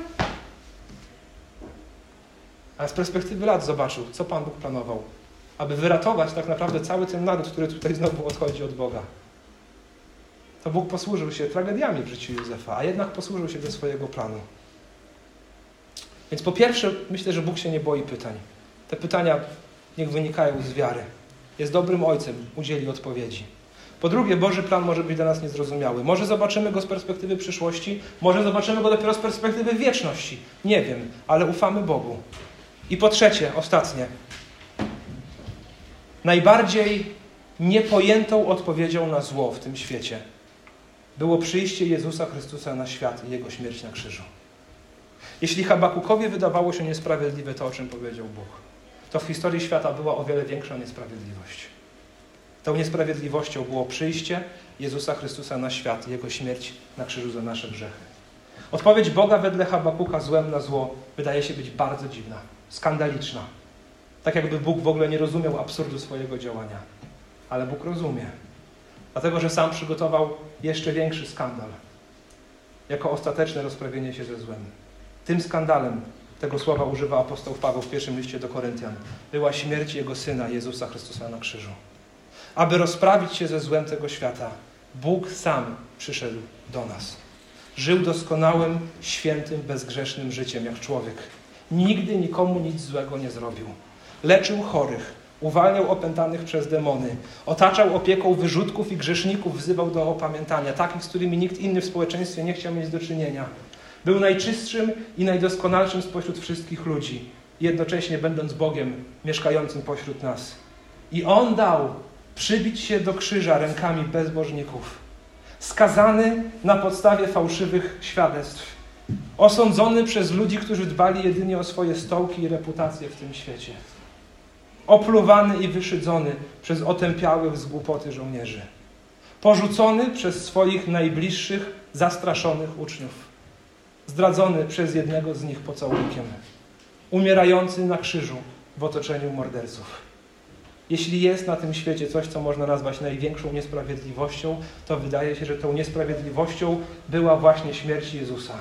Ale z perspektywy lat zobaczył, co Pan Bóg planował, aby wyratować tak naprawdę cały ten naród, który tutaj znowu odchodzi od Boga. To Bóg posłużył się tragediami w życiu Józefa, a jednak posłużył się do swojego planu. Więc po pierwsze, myślę, że Bóg się nie boi pytań. Te pytania niech wynikają z wiary. Jest dobrym ojcem, udzieli odpowiedzi. Po drugie, Boży plan może być dla nas niezrozumiały. Może zobaczymy go z perspektywy przyszłości, może zobaczymy go dopiero z perspektywy wieczności. Nie wiem, ale ufamy Bogu. I po trzecie, ostatnie. Najbardziej niepojętą odpowiedzią na zło w tym świecie było przyjście Jezusa Chrystusa na świat i Jego śmierć na krzyżu. Jeśli Habakukowi wydawało się niesprawiedliwe to, o czym powiedział Bóg, to w historii świata była o wiele większa niesprawiedliwość. Tą niesprawiedliwością było przyjście Jezusa Chrystusa na świat i Jego śmierć na krzyżu za nasze grzechy. Odpowiedź Boga wedle Habakuka złem na zło wydaje się być bardzo dziwna, skandaliczna. Tak jakby Bóg w ogóle nie rozumiał absurdu swojego działania. Ale Bóg rozumie. Dlatego, że sam przygotował jeszcze większy skandal. Jako ostateczne rozprawienie się ze złem. Tym skandalem, tego słowa używa apostoł Paweł w pierwszym liście do Koryntian, była śmierć Jego Syna, Jezusa Chrystusa na krzyżu. Aby rozprawić się ze złem tego świata, Bóg sam przyszedł do nas. Żył doskonałym, świętym, bezgrzesznym życiem jak człowiek. Nigdy nikomu nic złego nie zrobił. Leczył chorych, uwalniał opętanych przez demony, otaczał opieką wyrzutków i grzeszników, wzywał do opamiętania, takich, z którymi nikt inny w społeczeństwie nie chciał mieć do czynienia. Był najczystszym i najdoskonalszym spośród wszystkich ludzi, jednocześnie będąc Bogiem mieszkającym pośród nas. I On dał przybić się do krzyża rękami bezbożników, skazany na podstawie fałszywych świadectw, osądzony przez ludzi, którzy dbali jedynie o swoje stołki i reputację w tym świecie, opluwany i wyszydzony przez otępiałych z głupoty żołnierzy, porzucony przez swoich najbliższych, zastraszonych uczniów, zdradzony przez jednego z nich pocałunkiem, umierający na krzyżu w otoczeniu morderców. Jeśli jest na tym świecie coś, co można nazwać największą niesprawiedliwością, to wydaje się, że tą niesprawiedliwością była właśnie śmierć Jezusa.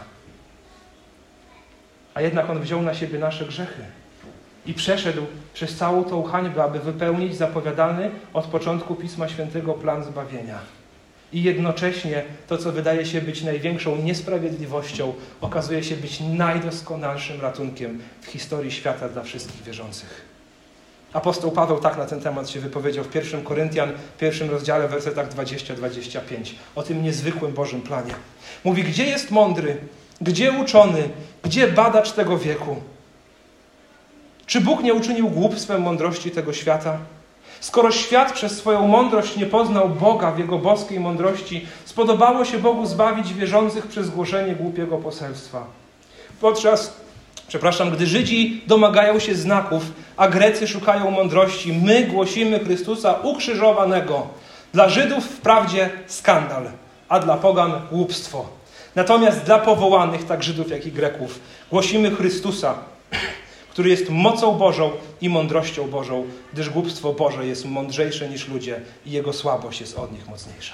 A jednak On wziął na siebie nasze grzechy i przeszedł przez całą tą hańbę, aby wypełnić zapowiadany od początku Pisma Świętego plan zbawienia. I jednocześnie to, co wydaje się być największą niesprawiedliwością, okazuje się być najdoskonalszym ratunkiem w historii świata dla wszystkich wierzących. Apostoł Paweł tak na ten temat się wypowiedział w 1 Koryntian, 1 rozdziale, w wersetach 20-25. O tym niezwykłym Bożym planie. Mówi, gdzie jest mądry, gdzie uczony, gdzie badacz tego wieku? Czy Bóg nie uczynił głupstwem mądrości tego świata? Skoro świat przez swoją mądrość nie poznał Boga w Jego boskiej mądrości, spodobało się Bogu zbawić wierzących przez głoszenie głupiego poselstwa. Gdy Żydzi domagają się znaków, a Grecy szukają mądrości, my głosimy Chrystusa ukrzyżowanego. Dla Żydów wprawdzie skandal, a dla pogan głupstwo. Natomiast dla powołanych, tak Żydów, jak i Greków, głosimy Chrystusa, który jest mocą Bożą i mądrością Bożą, gdyż głupstwo Boże jest mądrzejsze niż ludzie i Jego słabość jest od nich mocniejsza.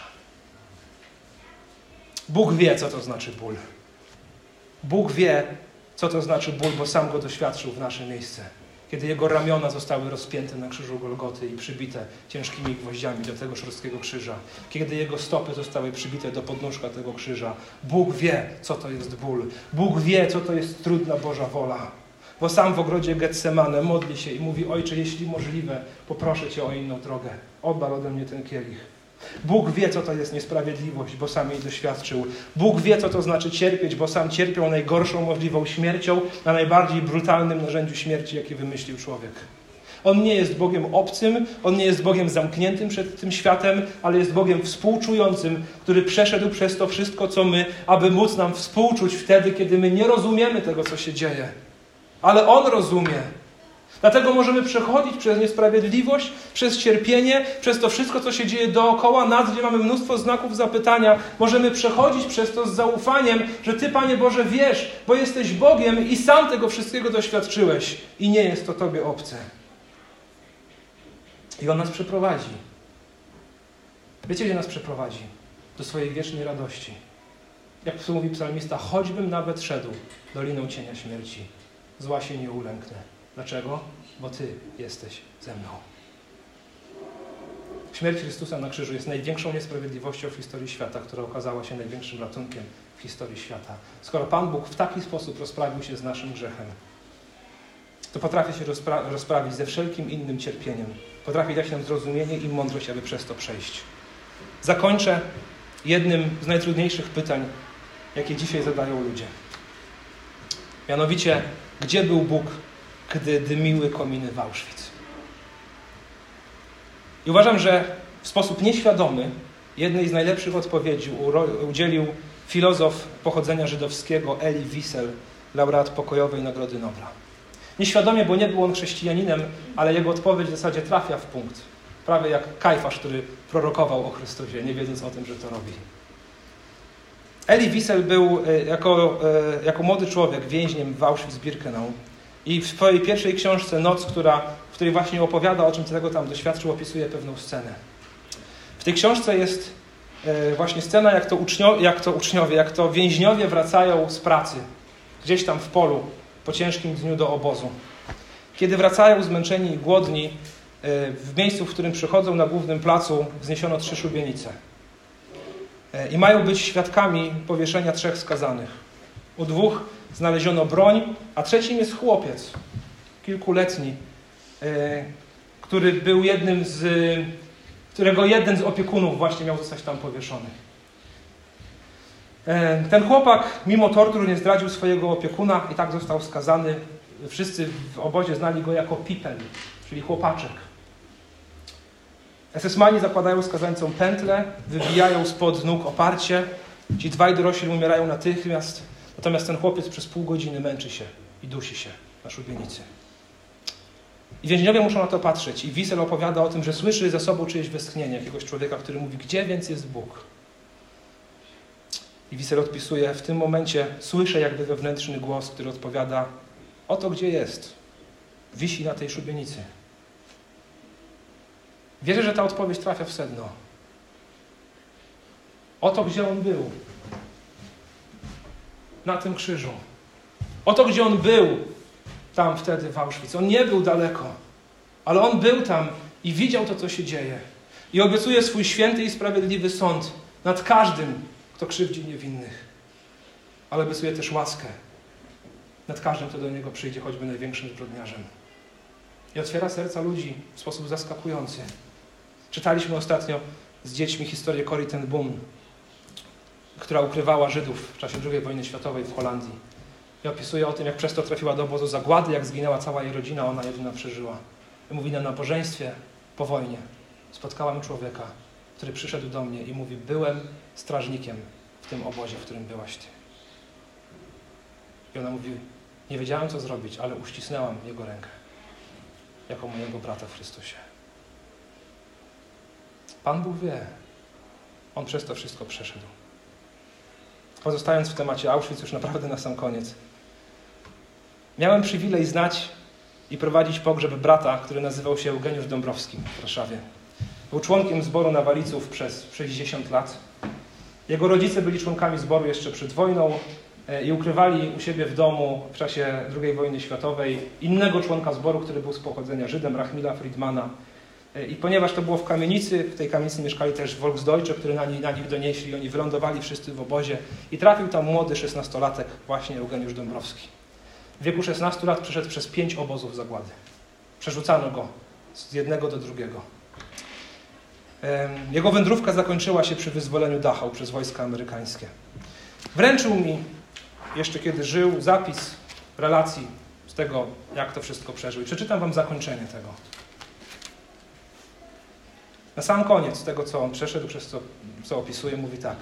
Bóg wie, co to znaczy ból. Bóg wie, co to znaczy ból, bo sam go doświadczył w nasze miejsce. Kiedy Jego ramiona zostały rozpięte na krzyżu Golgoty i przybite ciężkimi gwoździami do tego szorstkiego krzyża. Kiedy Jego stopy zostały przybite do podnóżka tego krzyża. Bóg wie, co to jest ból. Bóg wie, co to jest trudna Boża wola. Bo sam w ogrodzie Getsemane modli się i mówi, Ojcze, jeśli możliwe, poproszę Cię o inną drogę. Oddal ode mnie ten kielich. Bóg wie, co to jest niesprawiedliwość, bo sam jej doświadczył. Bóg wie, co to znaczy cierpieć, bo sam cierpiał najgorszą możliwą śmiercią na najbardziej brutalnym narzędziu śmierci, jakie wymyślił człowiek. On nie jest Bogiem obcym, On nie jest Bogiem zamkniętym przed tym światem, ale jest Bogiem współczującym, który przeszedł przez to wszystko, co my, aby móc nam współczuć wtedy, kiedy my nie rozumiemy tego, co się dzieje. Ale On rozumie Dlatego możemy przechodzić przez niesprawiedliwość, przez cierpienie, przez to wszystko, co się dzieje dookoła nas, gdzie mamy mnóstwo znaków zapytania. Możemy przechodzić przez to z zaufaniem, że Ty, Panie Boże, wiesz, bo jesteś Bogiem i sam tego wszystkiego doświadczyłeś i nie jest to Tobie obce. I On nas przeprowadzi. Wiecie, gdzie nas przeprowadzi? Do swojej wiecznej radości. Jak mówi psalmista, choćbym nawet szedł doliną cienia śmierci, zła się nie ulęknę. Dlaczego? Bo Ty jesteś ze mną. Śmierć Chrystusa na krzyżu jest największą niesprawiedliwością w historii świata, która okazała się największym ratunkiem w historii świata. Skoro Pan Bóg w taki sposób rozprawił się z naszym grzechem, to potrafi się rozprawić ze wszelkim innym cierpieniem. Potrafi dać nam zrozumienie i mądrość, aby przez to przejść. Zakończę jednym z najtrudniejszych pytań, jakie dzisiaj zadają ludzie. Mianowicie, gdzie był Bóg, gdy dymiły kominy w Auschwitz? I uważam, że w sposób nieświadomy jednej z najlepszych odpowiedzi udzielił filozof pochodzenia żydowskiego Elie Wiesel, laureat pokojowej Nagrody Nobla. Nieświadomie, bo nie był on chrześcijaninem, ale jego odpowiedź w zasadzie trafia w punkt. Prawie jak Kajfasz, który prorokował o Chrystusie, nie wiedząc o tym, że to robi. Elie Wiesel był jako młody człowiek więźniem w Auschwitz-Birkenau i w swojej pierwszej książce Noc, w której właśnie opowiada o czym tego tam doświadczył, opisuje pewną scenę. W tej książce jest właśnie scena, jak to więźniowie wracają z pracy, gdzieś tam w polu, po ciężkim dniu do obozu. Kiedy wracają zmęczeni i głodni, w miejscu, w którym przychodzą na głównym placu, wzniesiono 3 szubienice. I mają być świadkami powieszenia 3 skazanych. U 2 znaleziono broń, a trzecim jest chłopiec, kilkuletni, którego jeden z opiekunów właśnie miał zostać tam powieszony. Ten chłopak, mimo tortur, nie zdradził swojego opiekuna i tak został skazany. Wszyscy w obozie znali go jako Pipen, czyli chłopaczek. SS-mani zakładają skazańcom pętle, wybijają spod nóg oparcie. Ci 2 dorośli umierają natychmiast, natomiast ten chłopiec przez pół godziny męczy się i dusi się na szubienicy. I więźniowie muszą na to patrzeć. I Wiesel opowiada o tym, że słyszy za sobą czyjeś westchnienie jakiegoś człowieka, który mówi, gdzie więc jest Bóg? I Wiesel odpisuje, w tym momencie słyszę jakby wewnętrzny głos, który odpowiada, oto gdzie jest. Wisi na tej szubienicy. Wierzę, że ta odpowiedź trafia w sedno. Oto gdzie On był. Na tym krzyżu. Oto gdzie On był tam wtedy w Auschwitz. On nie był daleko, ale On był tam i widział to, co się dzieje. I obiecuje swój święty i sprawiedliwy sąd nad każdym, kto krzywdzi niewinnych. Ale obiecuje też łaskę nad każdym, kto do Niego przyjdzie, choćby największym zbrodniarzem. I otwiera serca ludzi w sposób zaskakujący. Czytaliśmy ostatnio z dziećmi historię Corrie ten Boom, która ukrywała Żydów w czasie II wojny światowej w Holandii. I opisuje o tym, jak przez to trafiła do obozu zagłady, jak zginęła cała jej rodzina, ona jedyna przeżyła. I mówi na nabożeństwie po wojnie. Spotkałam człowieka, który przyszedł do mnie i mówi, byłem strażnikiem w tym obozie, w którym byłaś Ty. I ona mówi, nie wiedziałam, co zrobić, ale uścisnęłam jego rękę jako mojego brata w Chrystusie. Pan Bóg wie. On przez to wszystko przeszedł. Pozostając w temacie Auschwitz już naprawdę na sam koniec. Miałem przywilej znać i prowadzić pogrzeb brata, który nazywał się Eugeniusz Dąbrowski w Warszawie. Był członkiem zboru Nawaliców przez 60 lat. Jego rodzice byli członkami zboru jeszcze przed wojną i ukrywali u siebie w domu w czasie II wojny światowej innego członka zboru, który był z pochodzenia Żydem, Rachmila Friedmana. I ponieważ to było w kamienicy, w tej kamienicy mieszkali też Volksdeutsche, które na nich donieśli, oni wylądowali wszyscy w obozie i trafił tam młody 16-latek, właśnie Eugeniusz Dąbrowski. W wieku 16 lat przeszedł przez 5 obozów zagłady. Przerzucano go z jednego do drugiego. Jego wędrówka zakończyła się przy wyzwoleniu Dachau przez wojska amerykańskie. Wręczył mi, jeszcze kiedy żył, zapis relacji z tego, jak to wszystko przeżył. I przeczytam wam zakończenie tego. Na sam koniec tego, co on przeszedł, przez co opisuje, mówi tak.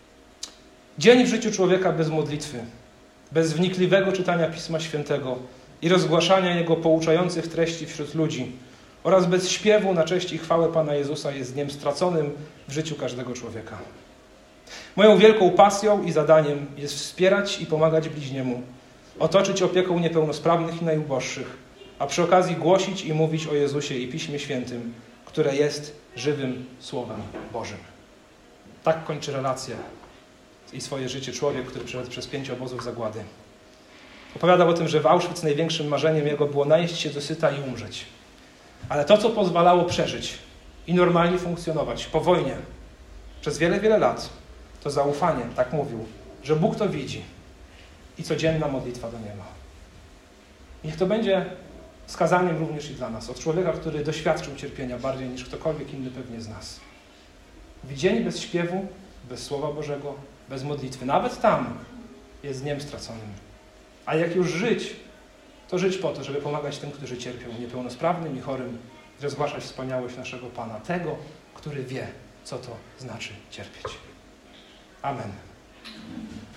Dzień w życiu człowieka bez modlitwy, bez wnikliwego czytania Pisma Świętego i rozgłaszania Jego pouczających treści wśród ludzi oraz bez śpiewu na cześć i chwałę Pana Jezusa jest dniem straconym w życiu każdego człowieka. Moją wielką pasją i zadaniem jest wspierać i pomagać bliźniemu, otoczyć opieką niepełnosprawnych i najuboższych, a przy okazji głosić i mówić o Jezusie i Piśmie Świętym, które jest żywym Słowem Bożym. Tak kończy relację i swoje życie człowiek, który przeszedł przez 5 obozów zagłady. Opowiadał o tym, że w Auschwitz największym marzeniem jego było najeść się dosyta i umrzeć. Ale to, co pozwalało przeżyć i normalnie funkcjonować po wojnie przez wiele, wiele lat, to zaufanie, tak mówił, że Bóg to widzi i codzienna modlitwa do Niego. Niech to będzie wskazaniem również i dla nas, od człowieka, który doświadczył cierpienia bardziej niż ktokolwiek inny pewnie z nas. Widzień bez śpiewu, bez Słowa Bożego, bez modlitwy, nawet tam jest dniem straconym. A jak już żyć, to żyć po to, żeby pomagać tym, którzy cierpią, niepełnosprawnym i chorym, rozgłaszać wspaniałość naszego Pana, tego, który wie, co to znaczy cierpieć. Amen.